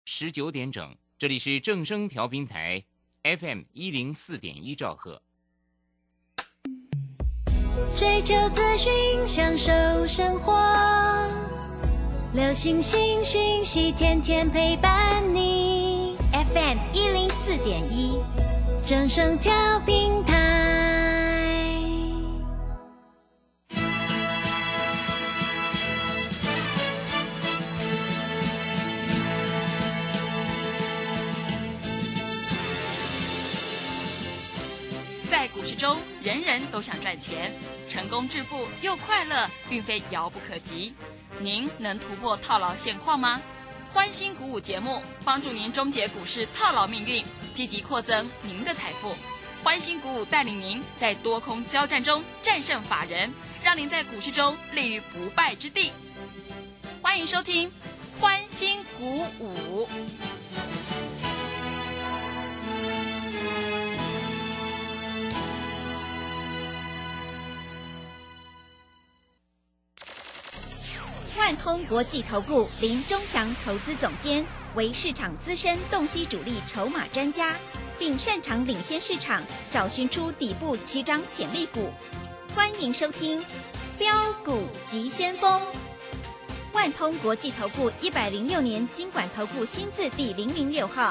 19点整，这里是正声调频台 FM 104.1兆赫。 追求资讯，享受生活，流行新讯息，天天陪伴你。FM 104.1，正声调频台。 在股市中，人人都想赚钱，成功致富又快乐，并非遥不可及。您能突破套牢现况吗？欢欣鼓舞节目帮助您终结股市套牢命运，积极扩增您的财富。欢欣鼓舞带领您在多空交战中战胜法人，让您在股市中立于不败之地。欢迎收听欢欣鼓舞。 万通国际投顾林钟祥投资总监为市场资深洞悉主力筹码专家，并擅长领先市场，找寻出底部起涨潜力股。欢迎收听标股急先锋。万通国际投顾106年金管投顾新字第006号。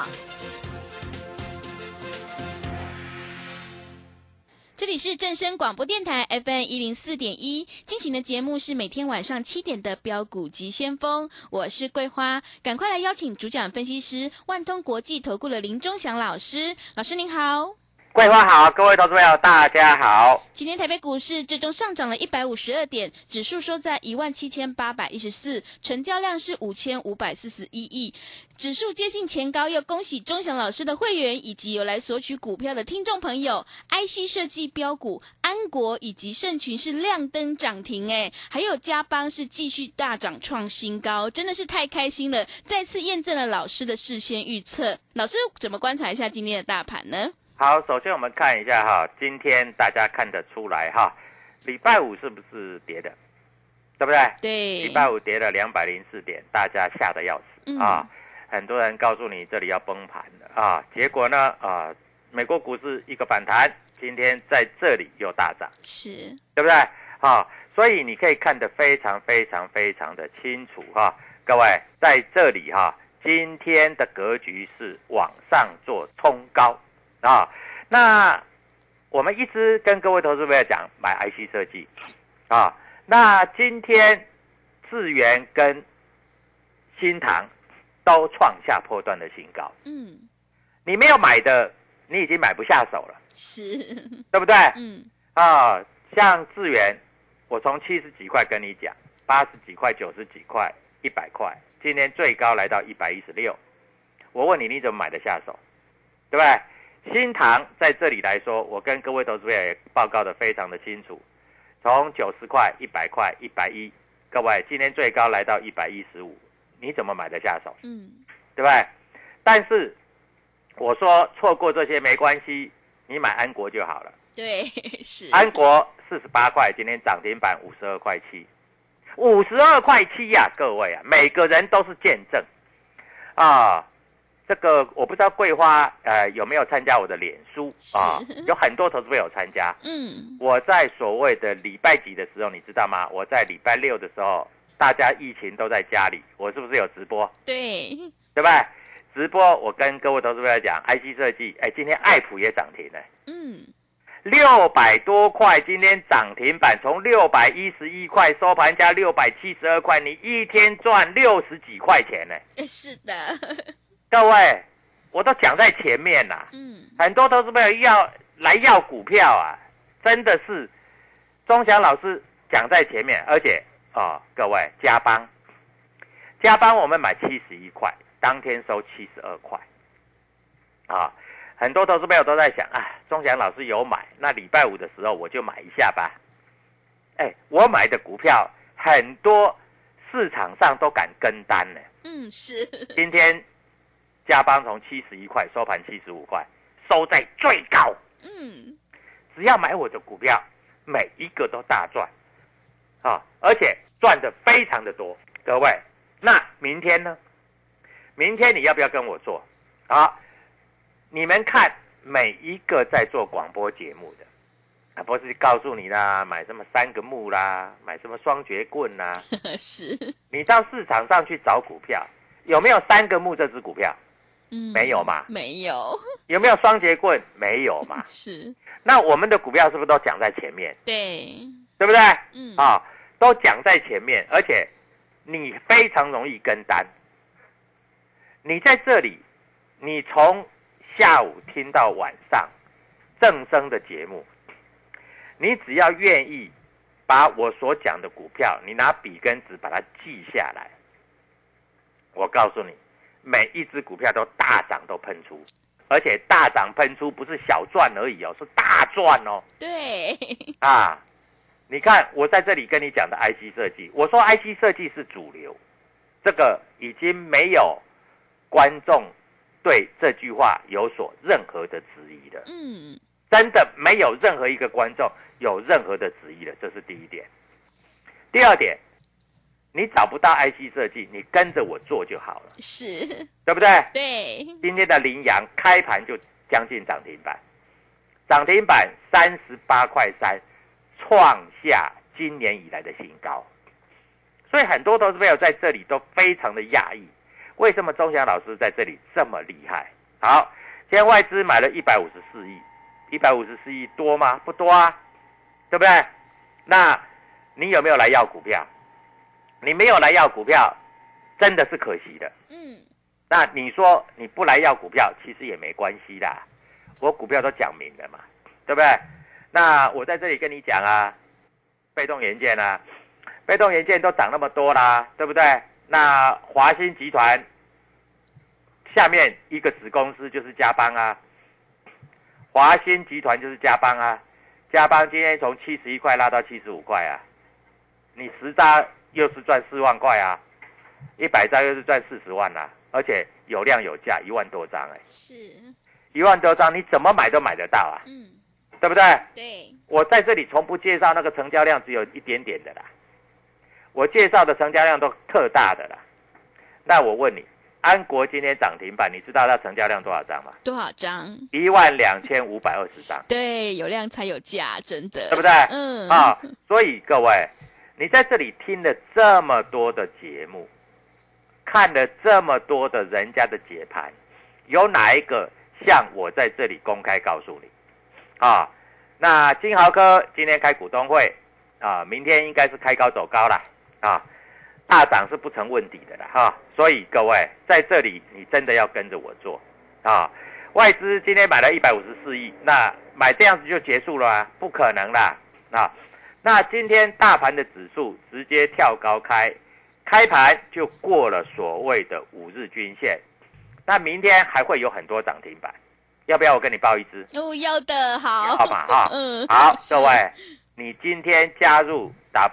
这里是正声广播电台 FM 104.1进行的节目是每天晚上7点的标股急先锋，我是桂花，赶快来邀请主讲分析师万通国际投顾的林钟祥老师。老师您好。 桂花好，各位投资朋友大家好。 今天台北股市最终上涨了152点，指数收在17814，成交量是5541亿，指数接近前高。又恭喜钟祥老师的会员以及有来索取股票的听众朋友， IC 设计标股安国以及盛群是亮灯涨停还有嘉邦是继续大涨创新高，真的是太开心了，再次验证了老师的事先预测。老师怎么观察一下今天的大盘呢？ 好，首先我们看一下哈，今天大家看得出来哈，礼拜五是不是跌的，对不对？ 对， 礼拜五跌了204点，大家吓得要死啊！很多人告诉你这里要崩盘了啊，结果呢美国股市一个反弹，今天在这里又大涨， 是， 对不对？所以你可以看得非常非常非常的清楚哈，各位在这里哈，今天的格局是往上做冲高。那我们一直跟各位投资朋友讲买 IC 设计那今天智原跟新唐都创下波段的新高，你没有买的，你已经买不下手了， 是， 对不对？像智原，我从70几块跟你讲，80几块、90几块、100块，今天最高来到116，我问你，你怎么买得下手？对不对？新唐在这里来说，我跟各位投资朋友也报告的非常的清楚，从90块、100块、110，各位今天最高来到115，你怎么买得下手？对不对？但是我说错过这些没关系，你买安国就好了。 对，是安国48块，今天涨停板52块7，52块7呀，各位啊，每个人都是见证这个我不知道桂花有没有参加我的脸书有很多投资朋友参加。我在所谓的礼拜几的时候，你知道吗？我在礼拜6的时候，大家疫情都在家里，我是不是有直播？ 对， 对吧？直播我跟各位投资朋友讲 ，IC 设计，今天爱普也涨停了，600多块，今天涨停板从611块收盘价672块，你一天赚60几块钱呢？ 是的。 各位，我都讲在前面啦。很多投资朋友要股票啊，真的是钟祥老师讲在前面，而且各位嘉邦我们买71块，当天收72块很多投资朋友都在想钟祥老师有买，那礼拜五的时候我就买一下吧。我买的股票很多市场上都敢跟单呢。 是。 今天嘉邦从71块收盘75块，收在最高。只要买我的股票，每一个都大赚而且赚的非常的多。各位，那明天呢？ 明天你要不要跟我做？好，你们看每一个在做广播节目的，不是告诉你啦，买什么3个木啦，买什么双节棍啦， 是， 你到市场上去找股票，有没有3个木这只股票？没有嘛？ 没有。 有没有双节棍？没有嘛？ 是。 那我们的股票是不是都讲在前面？ 对， 对不对？ 啊， 都讲在前面，而且你非常容易跟单。你在这里，你从下午听到晚上正声的节目，你只要愿意把我所讲的股票，你拿笔跟纸把它记下来，我告诉你，每一只股票都大涨都喷出，而且大涨喷出不是小赚而已哦，是大赚哦。 对啊，你看我在这里跟你讲的 IC 设计，我说 IC 设计是主流，这个已经没有观众对这句话有所任何的质疑了。真的没有任何一个观众有任何的质疑了，这是第一点。第二点，你找不到 IC 设计，你跟着我做就好了， 是， 对不对？ 对。 今天的羚羊开盘就将近涨停板，涨停板38.3块，创下今年以来的新高。所以很多投资朋友在这里都非常的讶异，为什么钟祥老师在这里这么厉害？好，现在外资买了154亿，154亿多吗？不多啊，对不对？那你有没有来要股票？你没有来要股票，真的是可惜的。那你说你不来要股票，其实也没关系啦，我股票都讲明了嘛，对不对？那我在这里跟你讲啊，被动元件啊，被动元件都涨那么多啦，对不对？那华新集团下面一个子公司就是嘉邦啊，华新集团就是嘉邦啊，嘉邦今天从71块拉到75块啊，你10张又是赚4万块啊，100张又是赚40万啊，而且有量有价，1万多张是 1万多张，你怎么买都买得到啊，对不对？ 对， 我在这里从不介绍那个成交量只有一点点的啦，我介绍的成交量都特大的啦。那我问你，安国今天涨停板，你知道它成交量多少张吗？ 多少张 12520张。 对，有量才有价，真的， 对不对？所以各位，你在这里听了这么多的节目，看了这么多的人家的解盘，有哪一个像我在这里公开告诉你？那金豪科今天开股东会明天应该是开高走高啦，大涨是不成问题的啦，所以各位在这里你真的要跟着我做外资今天买了154亿，那买这样子就结束了啊？不可能啦那今天大盘的指数直接跳高开盘就过了所谓的5日均线，那明天还会有很多涨停板，要不要我跟你报一支？ 要的，好， 好嘛好，各位，你今天加入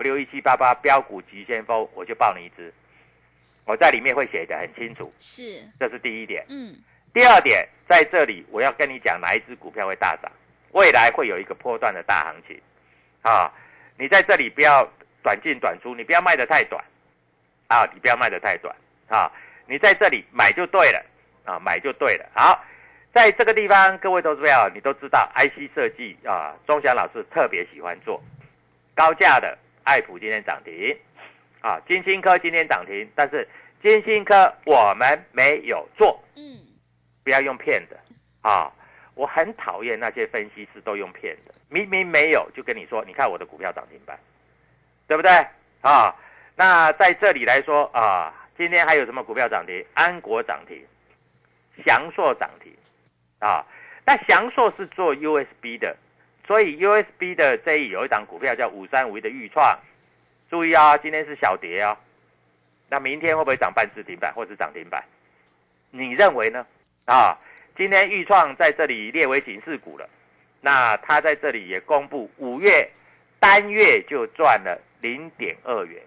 W1788 标股急先锋，我就报你一支，我在里面会写得很清楚， 是， 这是第一点。第二点，在这里我要跟你讲哪一支股票会大涨，未来会有一个波段的大行情你在这里不要短进短出，你不要卖得太短你不要卖得太短你在这里买就对了买就对了。好，在这个地方，各位投资朋友，你都知道 IC 设计钟祥老师特别喜欢做高价的，爱普今天涨停金星科今天涨停，但是金星科我们没有做，不要用骗的我很讨厌那些分析师都用骗的，明明没有就跟你说，你看我的股票涨停板，对不对那在这里来说今天还有什么股票涨停？安国涨停，祥硕涨停那祥硕是做 USB 的，所以 USB 的这有一档股票叫5351的裕创，注意今天是小跌那明天会不会涨半次停板或是涨停板？你认为呢今天裕创在这里列为警示股了，那他在这里也公布5月单月就赚了 0.2 元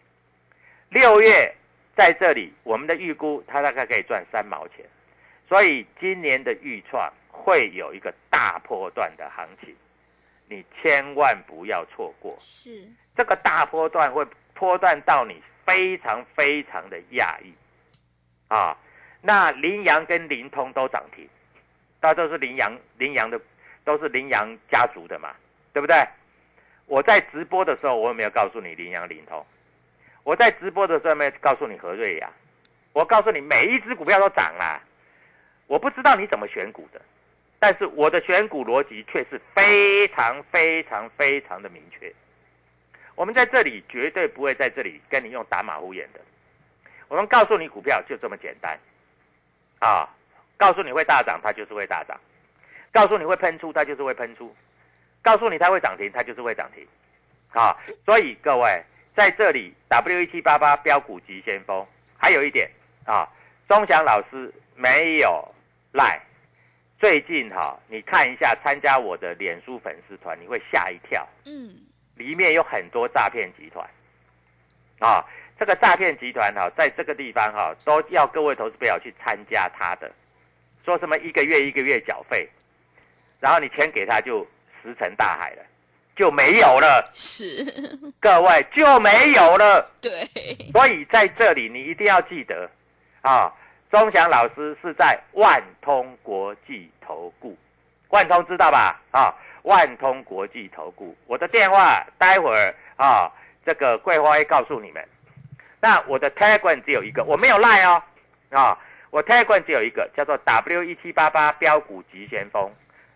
，6月在这里我们的预估它大概可以赚3毛钱，所以今年的裕创会有一个大波段的行情，你千万不要错过。 是， 这个大波段会波段到你非常非常的讶异那羚羊跟灵通都涨停，大家都是羚羊的，都是羚羊家族的嘛，对不对？我在直播的时候，我有没有告诉你羚羊、灵通？我在直播的时候有没有告诉你和瑞亚？我告诉你每一只股票都涨啦。我不知道你怎么选股的，但是我的选股逻辑却是非常非常非常的明确。我们在这里绝对不会在这里跟你用打马虎眼的。我们告诉你股票就这么简单啊，告诉你会大涨，它就是会大涨；告诉你会喷出，它就是会喷出；告诉你它会涨停，它就是会涨停。啊，所以各位在这里 W1788 标股急先锋，还有一点啊，钟祥老师没有赖。最近你看一下参加我的脸书粉丝团，你会吓一跳。里面有很多诈骗集团啊，这个诈骗集团在这个地方都要各位投资朋友去参加他的，说什么一个月缴费，然后你钱给他就石沉大海了，就没有了。 是， 各位就没有了。 对， 所以在这里你一定要记得啊，钟祥老师是在万通国际投顾，万通知道吧？啊，万通国际投顾，我的电话待会儿这个桂花会告诉你们。那我的 Telegram 只有一个，我没有 Line 哦，我 Telegram 只有一个，叫做 W1788 标股急先锋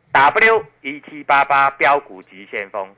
，W1788 标股急先锋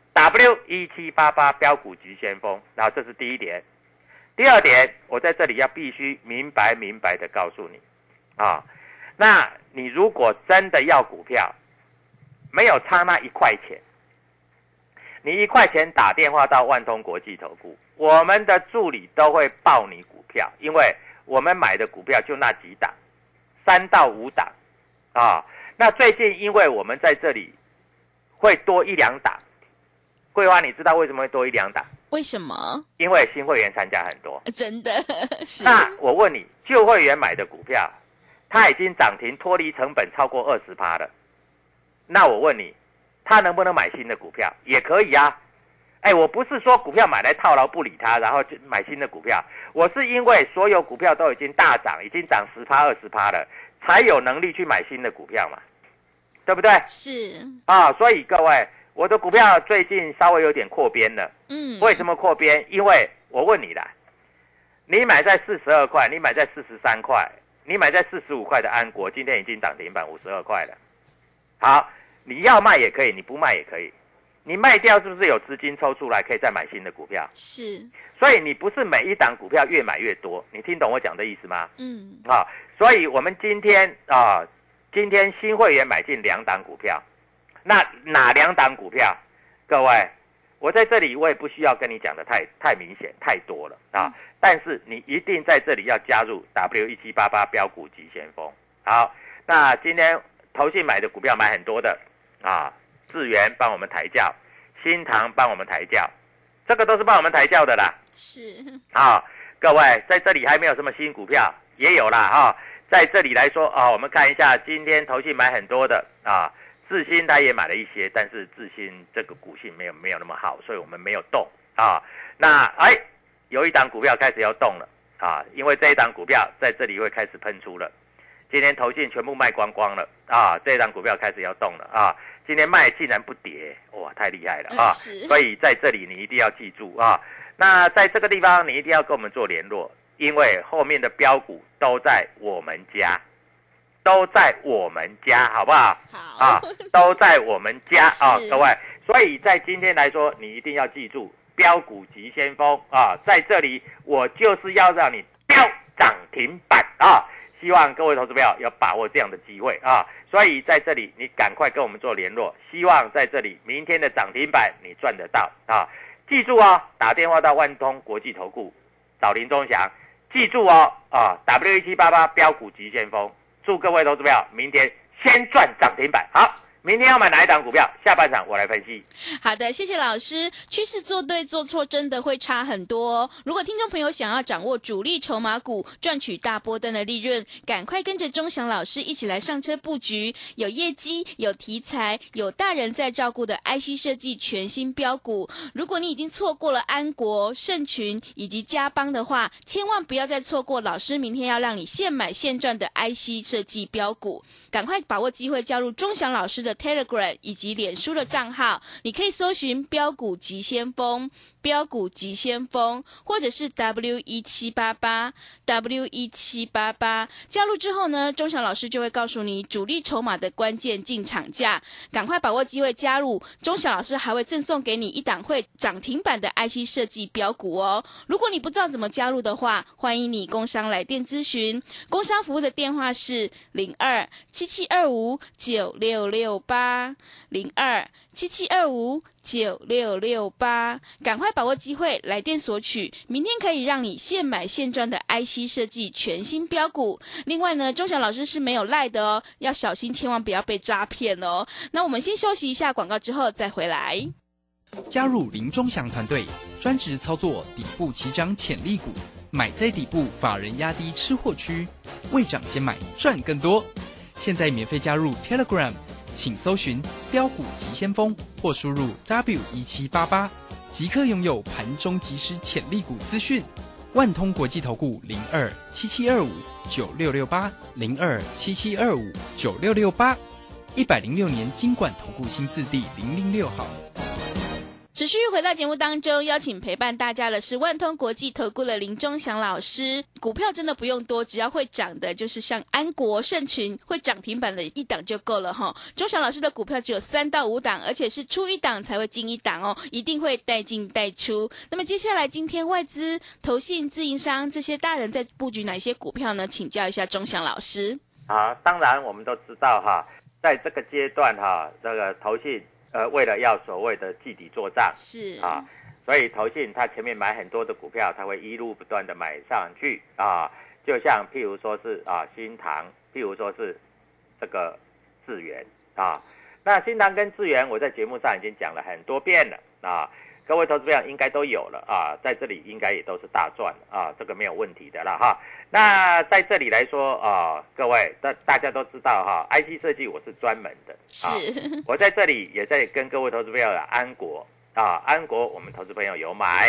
，W1788 标股急先锋。然后这是第一点。第二点，我在这里要必须明白的告诉你啊，那你如果真的要股票，没有差那1块钱，你1块钱打电话到万通国际投顾，我们的助理都会报你股票，因为我们买的股票就那几档，3到5档啊。那最近因为我们在这里会多1、2档，桂花你知道为什么会多1、2档？ 为什么？ 因为新会员参加很多， 真的是。 那我问你，旧会员买的股票，它已经涨停脱离成本超过20%了。那我问你，他能不能买新的股票？也可以啊。我不是说股票买来套牢不理它，然后就买新的股票。我是因为所有股票都已经大涨，已经涨10%、20%了，才有能力去买新的股票嘛，对不对？ 是啊，所以各位，我的股票最近稍微有点扩编了。为什么扩编？因为我问你啦，你买在42块，你买在43块，你买在45块的安国，今天已经涨停板52块了。好，你要卖也可以，你不卖也可以。你卖掉是不是有资金抽出来可以再买新的股票？ 是。 所以你不是每一档股票越买越多，你听懂我讲的意思吗？所以我们今天新会员买进2档股票，那哪2档股票？各位，我在这里我也不需要跟你讲的太明显太多了啊。但是你一定在这里要加入 W1788 标股急先锋。好，那今天投信买的股票买很多的啊，智源帮我们抬轿，新唐帮我们抬轿，这个都是帮我们抬轿的啦。 是啊，各位在这里还没有什么新股票，也有啦在这里来说我们看一下今天投信买很多的啊，智新他也买了一些，但是智新这个股性没有那么好，所以我们没有动啊。那有一档股票开始要动了啊，因为这一档股票在这里会开始喷出了。今天投信全部卖光光了啊，这一档股票开始要动了啊。今天卖竟然不跌，哇，太厉害了啊！所以在这里你一定要记住啊。那在这个地方你一定要跟我们做联络，因为后面的标股都在我们家，好不好？ 好都在我们家各位。所以在今天来说，你一定要记住标股急先锋啊，在这里我就是要让你标涨停板啊！希望各位投资朋友要把握这样的机会啊！所以在这里你赶快跟我们做联络，希望在这里明天的涨停板你赚得到啊！记住打电话到万通国际投顾找林宗祥，记住W1788 标股急先锋，祝各位投资朋友明天先赚涨停板。好， 明天要买哪一档股票？下半场我来分析。 好的，谢谢老师。趋势做对做错真的会差很多哦。如果听众朋友想要掌握主力筹码股，赚取大波段的利润，赶快跟着钟祥老师一起来上车布局，有业绩、有题材、有大人在照顾的 IC 设计全新标股。如果你已经错过了安国、盛群以及嘉邦的话，千万不要再错过老师明天要让你现买现赚的 IC 设计标股。赶快把握机会加入钟祥老师的 Telegram 以及脸书的账号，你可以搜寻标股急先锋、标股急先锋，或者是 W1788 W1788。加入之后呢，钟祥老师就会告诉你主力筹码的关键进场价，赶快把握机会加入。钟祥老师还会赠送给你一档会涨停板的 IC 设计标股哦。如果你不知道怎么加入的话，欢迎你工商来电咨询，工商服务的电话是02-7725-9668 02-7725-9668，赶快把握机会来电索取，明天可以让你现买现赚的 IC 设计全新标股。另外呢，钟祥老师是没有赖的哦，要小心千万不要被诈骗哦。那我们先休息一下广告之后再回来。 加入林钟祥团队，专职操作底部起涨潜力股，买在底部，法人压低吃货区，未涨先买赚更多。现在免费加入 Telegram， 请搜寻标股急先锋或输入 W1788， 即刻拥有盘中即时潜力股资讯。万通国际投顾02-7725-9668 02-7725-9668， 106年金管投顾新字第006号。 持续回到节目当中，邀请陪伴大家的是万通国际投顾的林钟祥老师。股票真的不用多，只要会涨的，就是像安国、盛群会涨停板的一档就够了哈。钟祥老师的股票只有3到5档，而且是出一档才会进一档哦，一定会带进带出。那么接下来今天外资、投信、自营商这些大人在布局哪些股票呢？请教一下钟祥老师。 当然我们都知道在这个阶段这个投信为了要所谓的季底作账是所以投信他前面买很多的股票，他会一路不断的买上去就像譬如说是新唐，譬如说是这个智原那新唐跟智原我在节目上已经讲了很多遍了各位投资朋友应该都有了在这里应该也都是大赚这个没有问题的啦那在这里来说各位大家都知道IC 设计我是专门的是我在这里也在跟各位投资朋友的安国安国我们投资朋友有买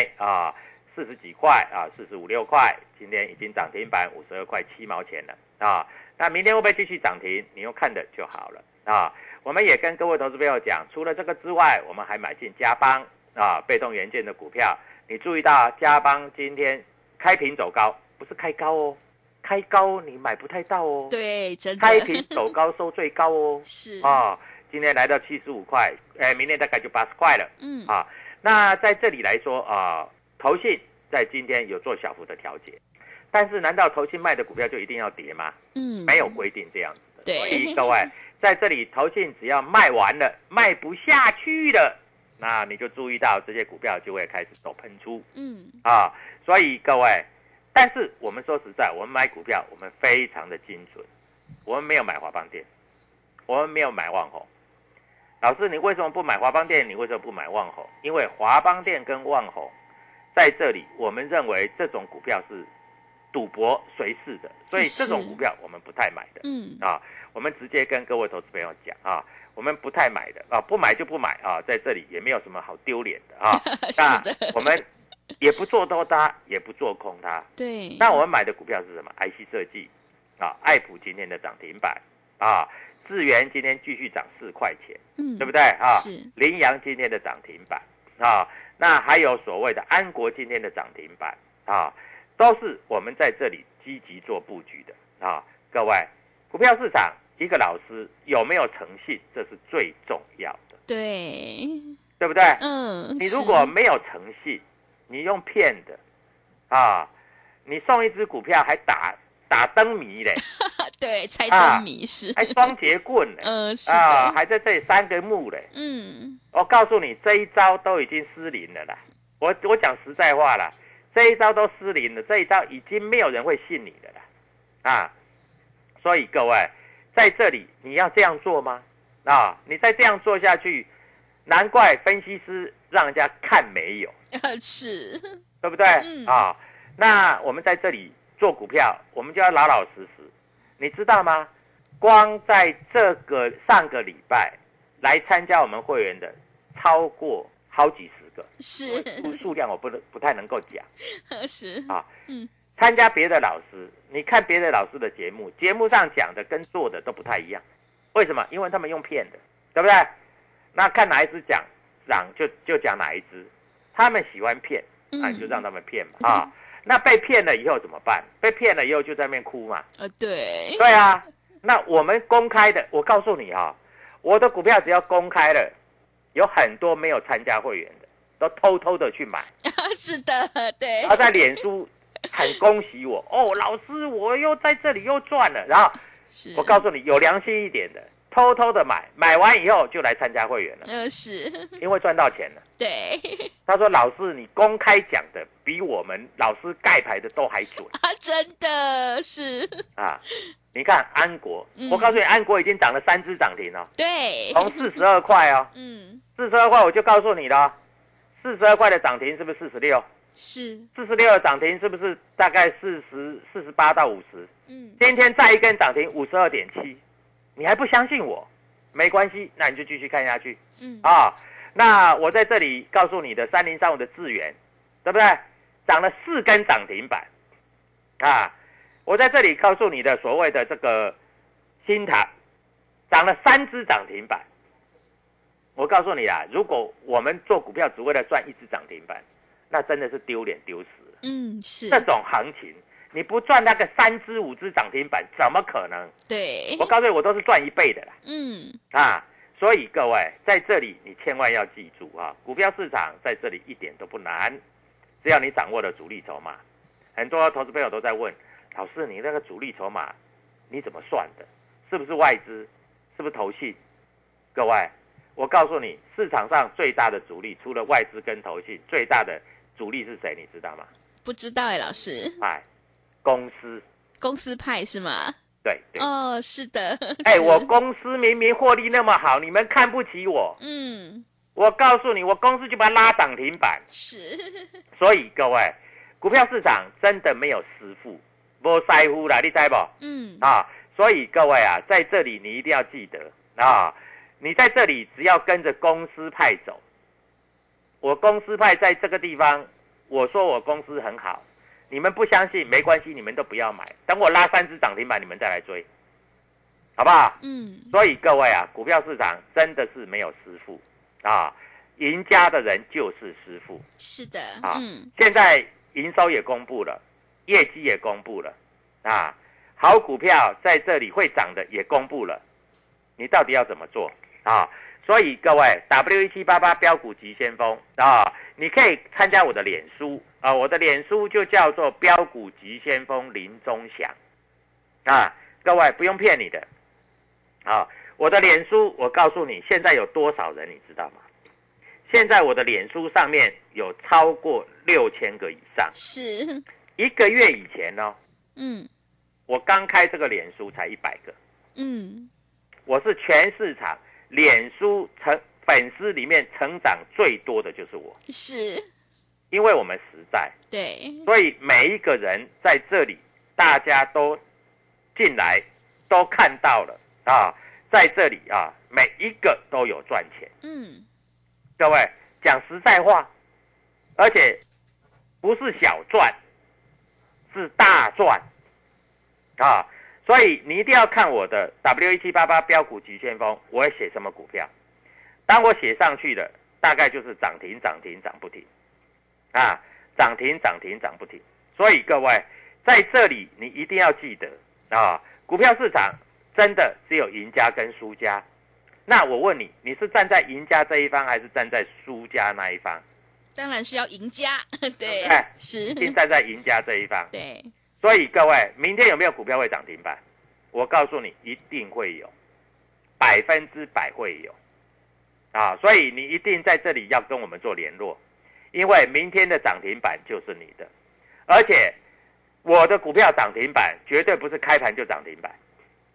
40几块45、6块，今天已经涨停板52块7毛钱了那明天会不会继续涨停？你用看的就好了我们也跟各位投资朋友讲，除了这个之外，我们还买进嘉邦被动元件的股票。你注意到嘉邦今天开平走高，不是开高哦，开高你买不太到哦。 对，真的。 开平走高收最高哦。 是今天来到75块，明天大概就80块了。那在这里来说投信在今天有做小幅的调节，但是难道投信卖的股票就一定要跌吗？没有规定这样子的。 对， 所以各位在这里投信只要卖完了，卖不下去了，那你就注意到这些股票就会开始走喷出。所以各位，但是我们说实在，我们买股票我们非常的精准，我们没有买华邦电，我们没有买旺宏。老师，你为什么不买华邦电？你为什么不买旺宏？因为华邦电跟旺宏在这里，我们认为这种股票是赌博随势的，所以这种股票我们不太买的。我们直接跟各位投资朋友讲我们不太买的不买就不买在这里也没有什么好丢脸的是的， 我们也不做多它，也不做空它。 对， 那我们买的股票是什么 ？IC 设计爱普今天的涨停板智原今天继续涨4块钱，对不对是羚羊今天的涨停板那还有所谓的安国今天的涨停板都是我们在这里积极做布局的各位，股票市场一个老师有没有诚信，这是最重要的，对不对？你如果没有诚信，你用骗的你送一只股票还打灯谜嘞对，猜灯谜是还双节棍嘞是的还在这里3个木嘞我告诉你这一招都已经失灵了啦，我讲实在话啦，这一招都失灵了，这一招已经没有人会信你的啦所以各位在这里你要这样做吗？ 你再这样做下去，难怪分析师让人家看没有， 是， 对不对？那我们在这里做股票，我们就要老老实实。你知道吗？光在这个上个礼拜来参加我们会员的超过好几十个， 是数量我不太能够讲， 是参加别的老师，你看别的老师的节目，节目上讲的跟做的都不太一样，为什么？因为他们用骗的，对不对？那看哪一支涨就讲哪一支，他们喜欢骗，那你就让他们骗嘛那被骗了以后怎么办？被骗了以后就在那边哭嘛。 对啊，那我们公开的，我告诉你我的股票只要公开了，有很多没有参加会员的，都偷偷的去买。 是的，对。 然后在脸书很恭喜我老师，我又在这里又赚了。然后我告诉你，有良心一点的，偷偷的买完以后就来参加会员了。 是， 因为赚到钱了。 对。 他说：“老师，你公开讲的比我们老师盖牌的都还准真的是你看安国，我告诉你，安国已经涨了3只涨停了。 对， 从42块42块我就告诉你了，42块的涨停是不是46？ 是 46的涨停是不是大概48到50？今天再一根涨停52.7，你还不相信我？没关系，那你就继续看下去。那我在这里告诉你的3035的智原，对不对？涨了4根涨停板我在这里告诉你的所谓的这个新唐，涨了3只涨停板。我告诉你如果我们做股票只为了赚1只涨停板，那真的是丢脸丢死了。 是这种行情，你不赚那个3只5只涨停板，怎么可能？ 对， 我告诉你，我都是赚1倍的啦。所以各位在这里你千万要记住股票市场在这里一点都不难，只要你掌握了主力筹码。很多投资朋友都在问老师，你那个主力筹码你怎么算的？是不是外资？是不是投信？各位，我告诉你，市场上最大的主力除了外资跟投信，最大的主力是谁？你知道吗？ 不知道老师。 公司派是吗？ 对是的。 我公司明明获利那么好，你们看不起我。我告诉你，我公司就把它拉涨停板。 是。 所以各位，股票市场真的没有师傅，没师傅啦，你知不？所以各位在这里你一定要记得你在这里只要跟着公司派走。我公司派在这个地方，我说我公司很好。你们不相信没关系，你们都不要买，等我拉3只涨停板你们再来追，好不好？所以各位股票市场真的是没有师傅赢家的人就是师傅。 是的现在营收也公布了，业绩也公布了好股票在这里会涨的也公布了，你到底要怎么做所以各位 W1788 标股急先锋你可以参加我的脸书我的脸书就叫做标股急先锋林宗祥各位不用骗你的我的脸书我告诉你现在有多少人你知道吗？现在我的脸书上面有超过6000个以上， 是 1个月以前我刚开这个脸书才100个我是全市场脸书粉丝里面成长最多的就是我， 是因为我们实在， 对， 所以每一个人在这里大家都进来都看到了在这里每一个都有赚钱各位讲实在话，而且不是小赚，是大赚所以你一定要看我的 W1788 标股急先锋，我会写什么股票。当我写上去的，大概就是涨停涨停涨不停涨停涨停涨不停。所以各位在这里你一定要记得股票市场真的只有赢家跟输家。那我问你，你是站在赢家这一方还是站在输家那一方？ 当然是要赢家，对，是一定站在赢家这一方。 对， 所以各位，明天有没有股票会涨停板？我告诉你，一定会有，100%会有所以你一定在这里要跟我们做联络，因为明天的涨停板就是你的，而且我的股票涨停板绝对不是开盘就涨停板，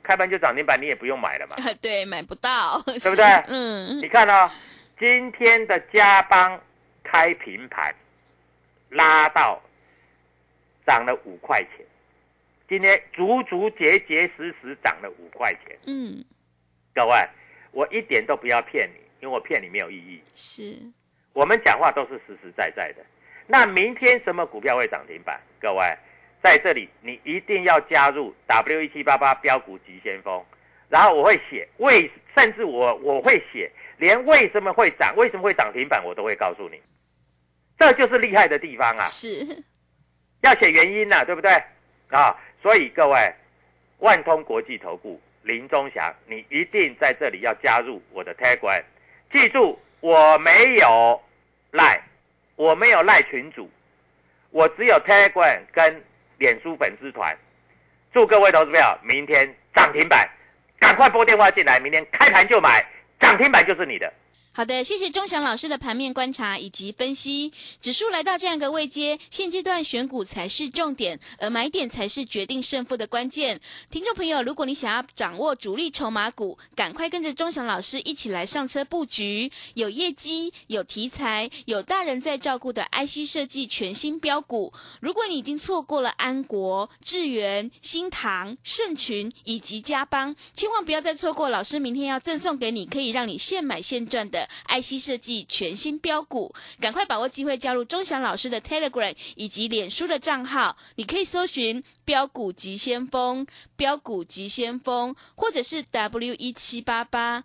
开盘就涨停板，你也不用买了嘛。 对，买不到， 对不对？你看哦，今天的嘉邦开平盘，拉到涨了5块钱，今天足足结结实实涨了5块钱。各位，我一点都不要骗你，因为我骗你没有意义。 是， 我们讲话都是实实在在的。那明天什么股票会涨停板？各位，在这里你一定要加入 W1788 标股急先锋，然后我会写甚至我会写连为什么会涨、为什么会涨停板，我都会告诉你。这就是厉害的地方啊！ 是， 要写原因啊，对不对？啊，所以各位，万通国际投顾林宗祥，你一定在这里要加入我的 Telegram。记住，我没有 LINE， 我没有 LINE 群组，我只有 Telegram 跟脸书粉丝团。祝各位投资朋友明天涨停板，赶快拨电话进来，明天开盘就买，涨停板就是你的。 好的，谢谢钟祥老师的盘面观察以及分析。指数来到这样一个位阶，现阶段选股才是重点，而买点才是决定胜负的关键。听众朋友，如果你想要掌握主力筹码股，赶快跟着钟祥老师一起来上车布局，有业绩、有题材、有大人在照顾的 IC 设计全新标股。如果你已经错过了安国、智原、新唐、盛群以及嘉邦，千万不要再错过老师明天要赠送给你，可以让你现买现赚的IC 设计全新标股，赶快把握机会加入钟祥老师的 Telegram 以及脸书的账号，你可以搜寻标股急先锋、标股急先锋，或者是 W1788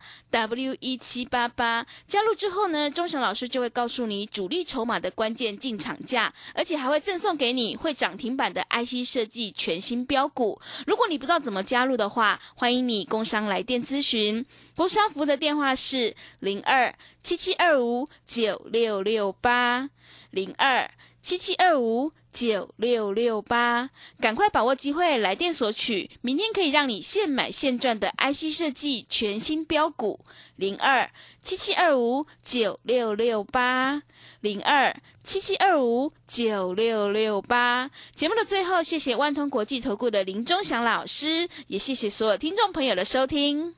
W1788。加入之后呢，钟祥老师就会告诉你主力筹码的关键进场价，而且还会赠送给你会涨停板的 IC 设计全新标股。如果你不知道怎么加入的话，欢迎你工商来电咨询。工商服务的电话是02-7725-9668 02-7725-9668，赶快把握机会来电索取，明天可以让你现买现赚的 IC 设计全新标股。02-7725-9668 02-7725-9668。节目的最后，谢谢万通国际投顾的林钟祥老师，也谢谢所有听众朋友的收听。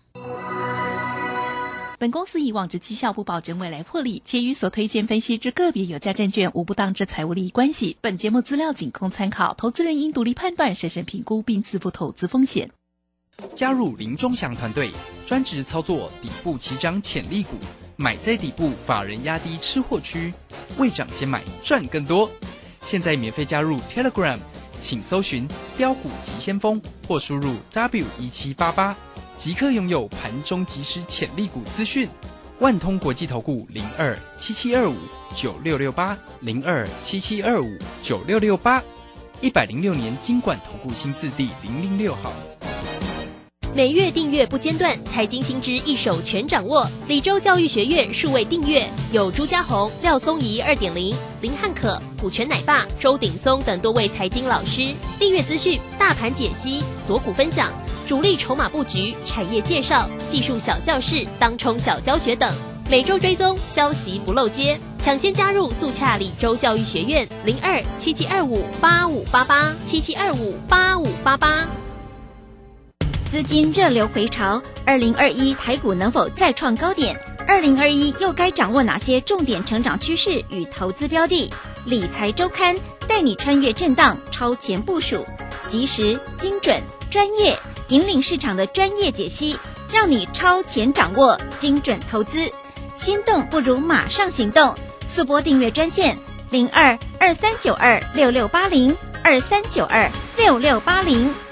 本公司以往之绩效不保证未来获利，且与所推荐分析之个别有价证券无不当之财务利益关系。本节目资料仅供参考，投资人应独立判断、审慎评估并自负投资风险。 加入林钟祥团队，专职操作底部起涨潜力股，买在底部，法人压低吃货区，未涨先买赚更多。现在免费加入 Telegram， 请搜寻标股急先锋或输入 W1788。即刻拥有盘中即时潜力股资讯。万通国际投顾02-7725-9668 02-7725-9668 106年金管投顾新字第006号。 每月订阅不间断，财经新知一手全掌握。李州教育学院数位订阅有朱家红、廖松怡 2.0、林汉可、股权奶爸、周鼎松等多位财经老师。订阅资讯、大盘解析、锁股分享、主力筹码布局、产业介绍、技术小教室、当冲小教学等，每周追踪，消息不漏接。抢先加入，速洽李州教育学院02-7725-8588 7725-8588。 资金热流回潮，2021台股能否再创高点？2021又该掌握哪些重点成长趋势与投资标的？理财周刊带你穿越震荡，超前部署，及时、精准、专业，引领市场的专业解析，让你超前掌握精准投资。心动不如马上行动，速拨订阅专线02-2392-6680 2392-6680。